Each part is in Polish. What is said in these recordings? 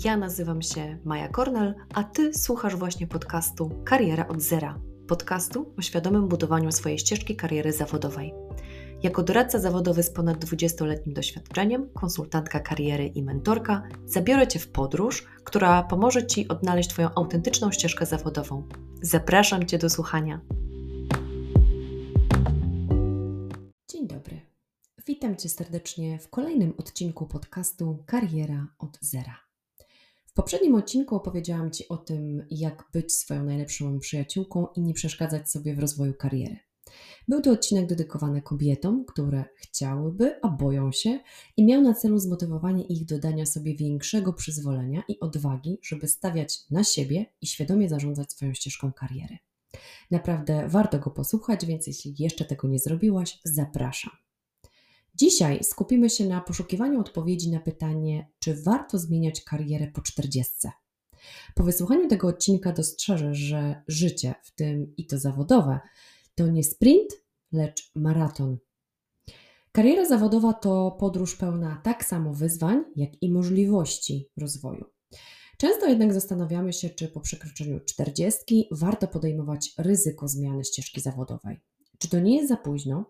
Ja nazywam się Maja Kornel, a Ty słuchasz właśnie podcastu Kariera od zera. Podcastu o świadomym budowaniu swojej ścieżki kariery zawodowej. Jako doradca zawodowy z ponad 20-letnim doświadczeniem, konsultantka kariery i mentorka, zabiorę Cię w podróż, która pomoże Ci odnaleźć Twoją autentyczną ścieżkę zawodową. Zapraszam Cię do słuchania. Dzień dobry. Witam Cię serdecznie w kolejnym odcinku podcastu Kariera od zera. W poprzednim odcinku opowiedziałam Ci o tym, jak być swoją najlepszą przyjaciółką i nie przeszkadzać sobie w rozwoju kariery. Był to odcinek dedykowany kobietom, które chciałyby, a boją się i miał na celu zmotywowanie ich do dania sobie większego przyzwolenia i odwagi, żeby stawiać na siebie i świadomie zarządzać swoją ścieżką kariery. Naprawdę warto go posłuchać, więc jeśli jeszcze tego nie zrobiłaś, zapraszam. Dzisiaj skupimy się na poszukiwaniu odpowiedzi na pytanie, czy warto zmieniać karierę po 40. Po wysłuchaniu tego odcinka dostrzeżesz, że życie, w tym i to zawodowe, to nie sprint, lecz maraton. Kariera zawodowa to podróż pełna tak samo wyzwań, jak i możliwości rozwoju. Często jednak zastanawiamy się, czy po przekroczeniu 40 warto podejmować ryzyko zmiany ścieżki zawodowej. Czy to nie jest za późno?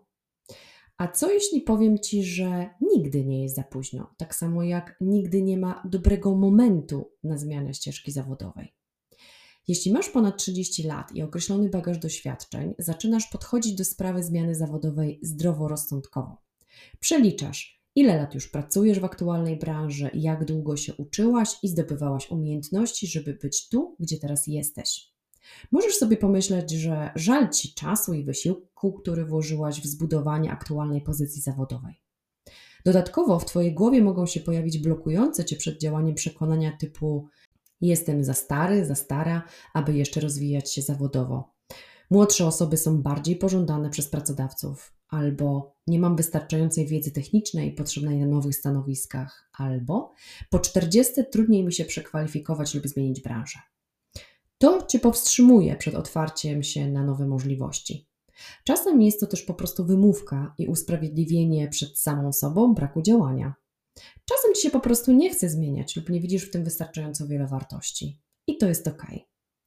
A co jeśli powiem Ci, że nigdy nie jest za późno, tak samo jak nigdy nie ma dobrego momentu na zmianę ścieżki zawodowej? Jeśli masz ponad 30 lat i określony bagaż doświadczeń, zaczynasz podchodzić do sprawy zmiany zawodowej zdroworozsądkowo. Przeliczasz, ile lat już pracujesz w aktualnej branży, jak długo się uczyłaś i zdobywałaś umiejętności, żeby być tu, gdzie teraz jesteś. Możesz sobie pomyśleć, że żal Ci czasu i wysiłku, który włożyłaś w zbudowanie aktualnej pozycji zawodowej. Dodatkowo w Twojej głowie mogą się pojawić blokujące Cię przed działaniem przekonania typu jestem za stary, za stara, aby jeszcze rozwijać się zawodowo. Młodsze osoby są bardziej pożądane przez pracodawców, albo nie mam wystarczającej wiedzy technicznej potrzebnej na nowych stanowiskach, albo po 40 trudniej mi się przekwalifikować lub zmienić branżę. To Cię powstrzymuje przed otwarciem się na nowe możliwości. Czasem jest to też po prostu wymówka i usprawiedliwienie przed samą sobą braku działania. Czasem Ci się po prostu nie chce zmieniać lub nie widzisz w tym wystarczająco wiele wartości. I to jest okej.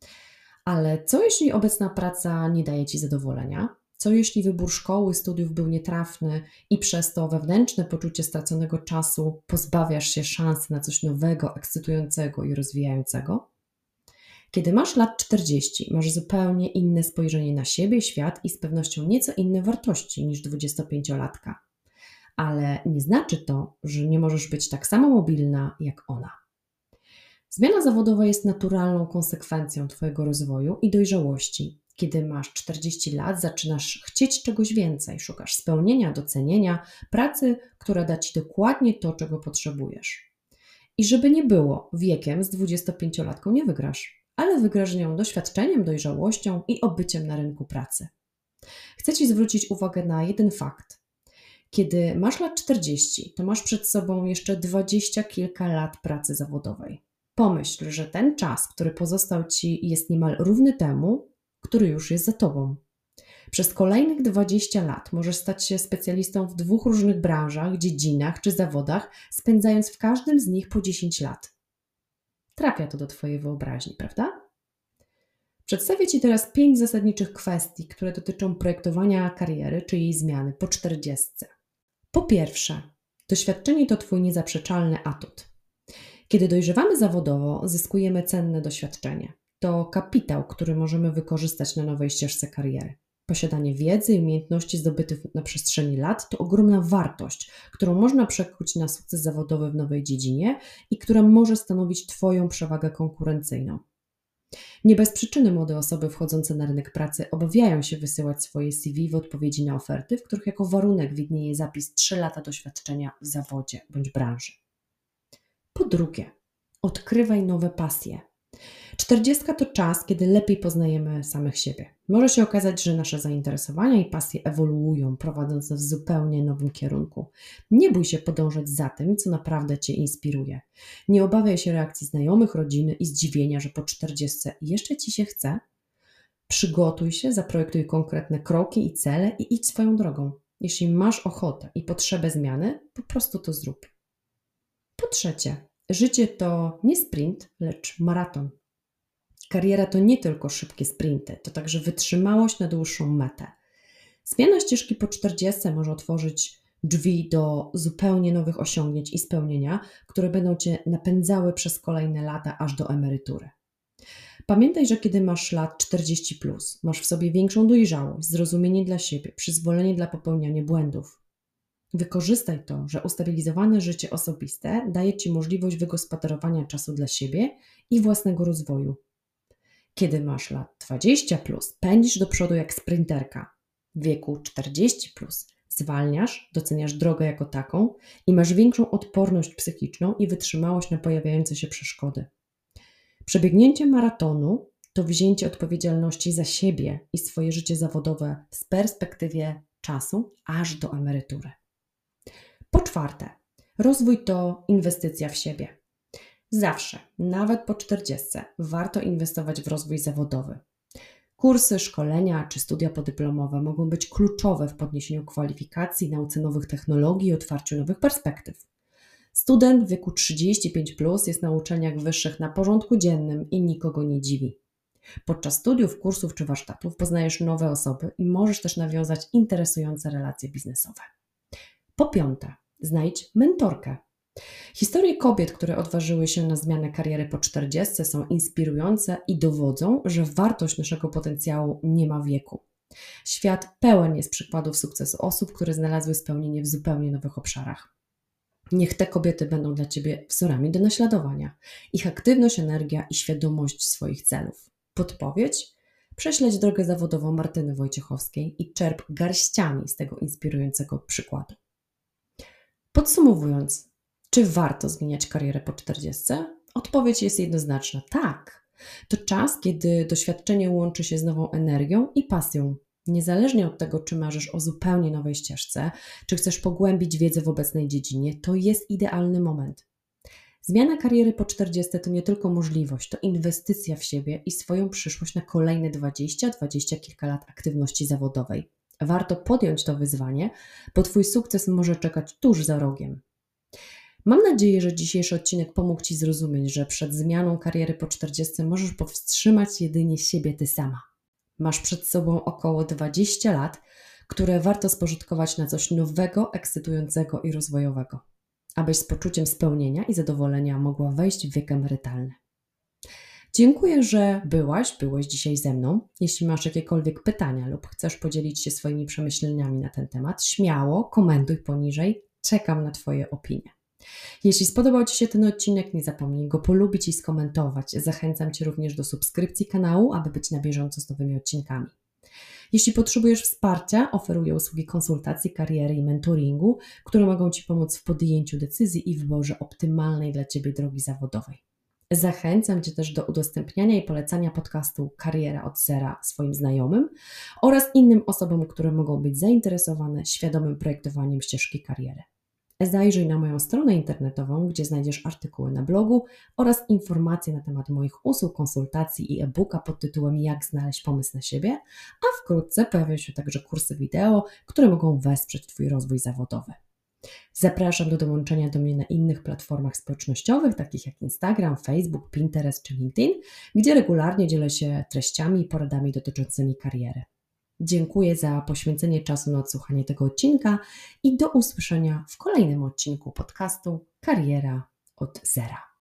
Ale co jeśli obecna praca nie daje Ci zadowolenia? Co jeśli wybór szkoły, studiów był nietrafny i przez to wewnętrzne poczucie straconego czasu pozbawiasz się szansy na coś nowego, ekscytującego i rozwijającego? Kiedy masz lat 40, masz zupełnie inne spojrzenie na siebie, świat i z pewnością nieco inne wartości niż 25-latka. Ale nie znaczy to, że nie możesz być tak samo mobilna jak ona. Zmiana zawodowa jest naturalną konsekwencją Twojego rozwoju i dojrzałości. Kiedy masz 40 lat, zaczynasz chcieć czegoś więcej, szukasz spełnienia, docenienia, pracy, która da Ci dokładnie to, czego potrzebujesz. I żeby nie było, wiekiem z 25-latką nie wygrasz, ale wygrasz nią doświadczeniem, dojrzałością i obyciem na rynku pracy. Chcę Ci zwrócić uwagę na jeden fakt. Kiedy masz lat 40, to masz przed sobą jeszcze 20 kilka lat pracy zawodowej. Pomyśl, że ten czas, który pozostał Ci, jest niemal równy temu, który już jest za Tobą. Przez kolejnych 20 lat możesz stać się specjalistą w 2 różnych branżach, dziedzinach czy zawodach, spędzając w każdym z nich po 10 lat. Trafia to do Twojej wyobraźni, prawda? Przedstawię Ci teraz 5 zasadniczych kwestii, które dotyczą projektowania kariery czy jej zmiany po 40. Po pierwsze, doświadczenie to Twój niezaprzeczalny atut. Kiedy dojrzewamy zawodowo, zyskujemy cenne doświadczenie. To kapitał, który możemy wykorzystać na nowej ścieżce kariery. Posiadanie wiedzy i umiejętności zdobytych na przestrzeni lat to ogromna wartość, którą można przekuć na sukces zawodowy w nowej dziedzinie i która może stanowić Twoją przewagę konkurencyjną. Nie bez przyczyny młode osoby wchodzące na rynek pracy obawiają się wysyłać swoje CV w odpowiedzi na oferty, w których jako warunek widnieje zapis 3 lata doświadczenia w zawodzie bądź branży. Po drugie, odkrywaj nowe pasje. 40 to czas, kiedy lepiej poznajemy samych siebie. Może się okazać, że nasze zainteresowania i pasje ewoluują, prowadząc nas w zupełnie nowym kierunku. Nie bój się podążać za tym, co naprawdę Cię inspiruje. Nie obawiaj się reakcji znajomych, rodziny i zdziwienia, że po 40 jeszcze Ci się chce. Przygotuj się, zaprojektuj konkretne kroki i cele i idź swoją drogą. Jeśli masz ochotę i potrzebę zmiany, po prostu to zrób. Po trzecie, Życie to nie sprint, lecz maraton. Kariera to nie tylko szybkie sprinty, to także wytrzymałość na dłuższą metę. Zmiana ścieżki po 40 może otworzyć drzwi do zupełnie nowych osiągnięć i spełnienia, które będą Cię napędzały przez kolejne lata aż do emerytury. Pamiętaj, że kiedy masz lat 40+, masz w sobie większą dojrzałość, zrozumienie dla siebie, przyzwolenie dla popełniania błędów. Wykorzystaj to, że ustabilizowane życie osobiste daje Ci możliwość wygospodarowania czasu dla siebie i własnego rozwoju. Kiedy masz lat 20+, pędzisz do przodu jak sprinterka. W wieku 40+, zwalniasz, doceniasz drogę jako taką i masz większą odporność psychiczną i wytrzymałość na pojawiające się przeszkody. Przebiegnięcie maratonu to wzięcie odpowiedzialności za siebie i swoje życie zawodowe z perspektywie czasu aż do emerytury. Po czwarte, rozwój to inwestycja w siebie. Zawsze, nawet po 40, warto inwestować w rozwój zawodowy. Kursy, szkolenia czy studia podyplomowe mogą być kluczowe w podniesieniu kwalifikacji, nauce nowych technologii i otwarciu nowych perspektyw. Student w wieku 35+ jest na uczelniach wyższych na porządku dziennym i nikogo nie dziwi. Podczas studiów, kursów czy warsztatów poznajesz nowe osoby i możesz też nawiązać interesujące relacje biznesowe. Po piąte, znajdź mentorkę. Historie kobiet, które odważyły się na zmianę kariery po 40, są inspirujące i dowodzą, że wartość naszego potencjału nie ma wieku. Świat pełen jest przykładów sukcesu osób, które znalazły spełnienie w zupełnie nowych obszarach. Niech te kobiety będą dla Ciebie wzorami do naśladowania. Ich aktywność, energia i świadomość swoich celów. Podpowiedź? Prześledź drogę zawodową Martyny Wojciechowskiej i czerp garściami z tego inspirującego przykładu. Podsumowując, czy warto zmieniać karierę po 40? Odpowiedź jest jednoznaczna: tak. To czas, kiedy doświadczenie łączy się z nową energią i pasją. Niezależnie od tego, czy marzysz o zupełnie nowej ścieżce, czy chcesz pogłębić wiedzę w obecnej dziedzinie, to jest idealny moment. Zmiana kariery po 40 to nie tylko możliwość, to inwestycja w siebie i swoją przyszłość na kolejne 20 kilka lat aktywności zawodowej. Warto podjąć to wyzwanie, bo Twój sukces może czekać tuż za rogiem. Mam nadzieję, że dzisiejszy odcinek pomógł Ci zrozumieć, że przed zmianą kariery po 40 możesz powstrzymać jedynie siebie Ty sama. Masz przed sobą około 20 lat, które warto spożytkować na coś nowego, ekscytującego i rozwojowego, abyś z poczuciem spełnienia i zadowolenia mogła wejść w wiek emerytalny. Dziękuję, że byłeś dzisiaj ze mną. Jeśli masz jakiekolwiek pytania lub chcesz podzielić się swoimi przemyśleniami na ten temat, śmiało komentuj poniżej. Czekam na Twoje opinie. Jeśli spodobał Ci się ten odcinek, nie zapomnij go polubić i skomentować. Zachęcam Cię również do subskrypcji kanału, aby być na bieżąco z nowymi odcinkami. Jeśli potrzebujesz wsparcia, oferuję usługi konsultacji kariery i mentoringu, które mogą Ci pomóc w podjęciu decyzji i wyborze optymalnej dla Ciebie drogi zawodowej. Zachęcam Cię też do udostępniania i polecania podcastu Kariera od zera swoim znajomym oraz innym osobom, które mogą być zainteresowane świadomym projektowaniem ścieżki kariery. Zajrzyj na moją stronę internetową, gdzie znajdziesz artykuły na blogu oraz informacje na temat moich usług, konsultacji i e-booka pod tytułem Jak znaleźć pomysł na siebie, a wkrótce pojawią się także kursy wideo, które mogą wesprzeć Twój rozwój zawodowy. Zapraszam do dołączenia do mnie na innych platformach społecznościowych, takich jak Instagram, Facebook, Pinterest czy LinkedIn, gdzie regularnie dzielę się treściami i poradami dotyczącymi kariery. Dziękuję za poświęcenie czasu na odsłuchanie tego odcinka i do usłyszenia w kolejnym odcinku podcastu Kariera od zera.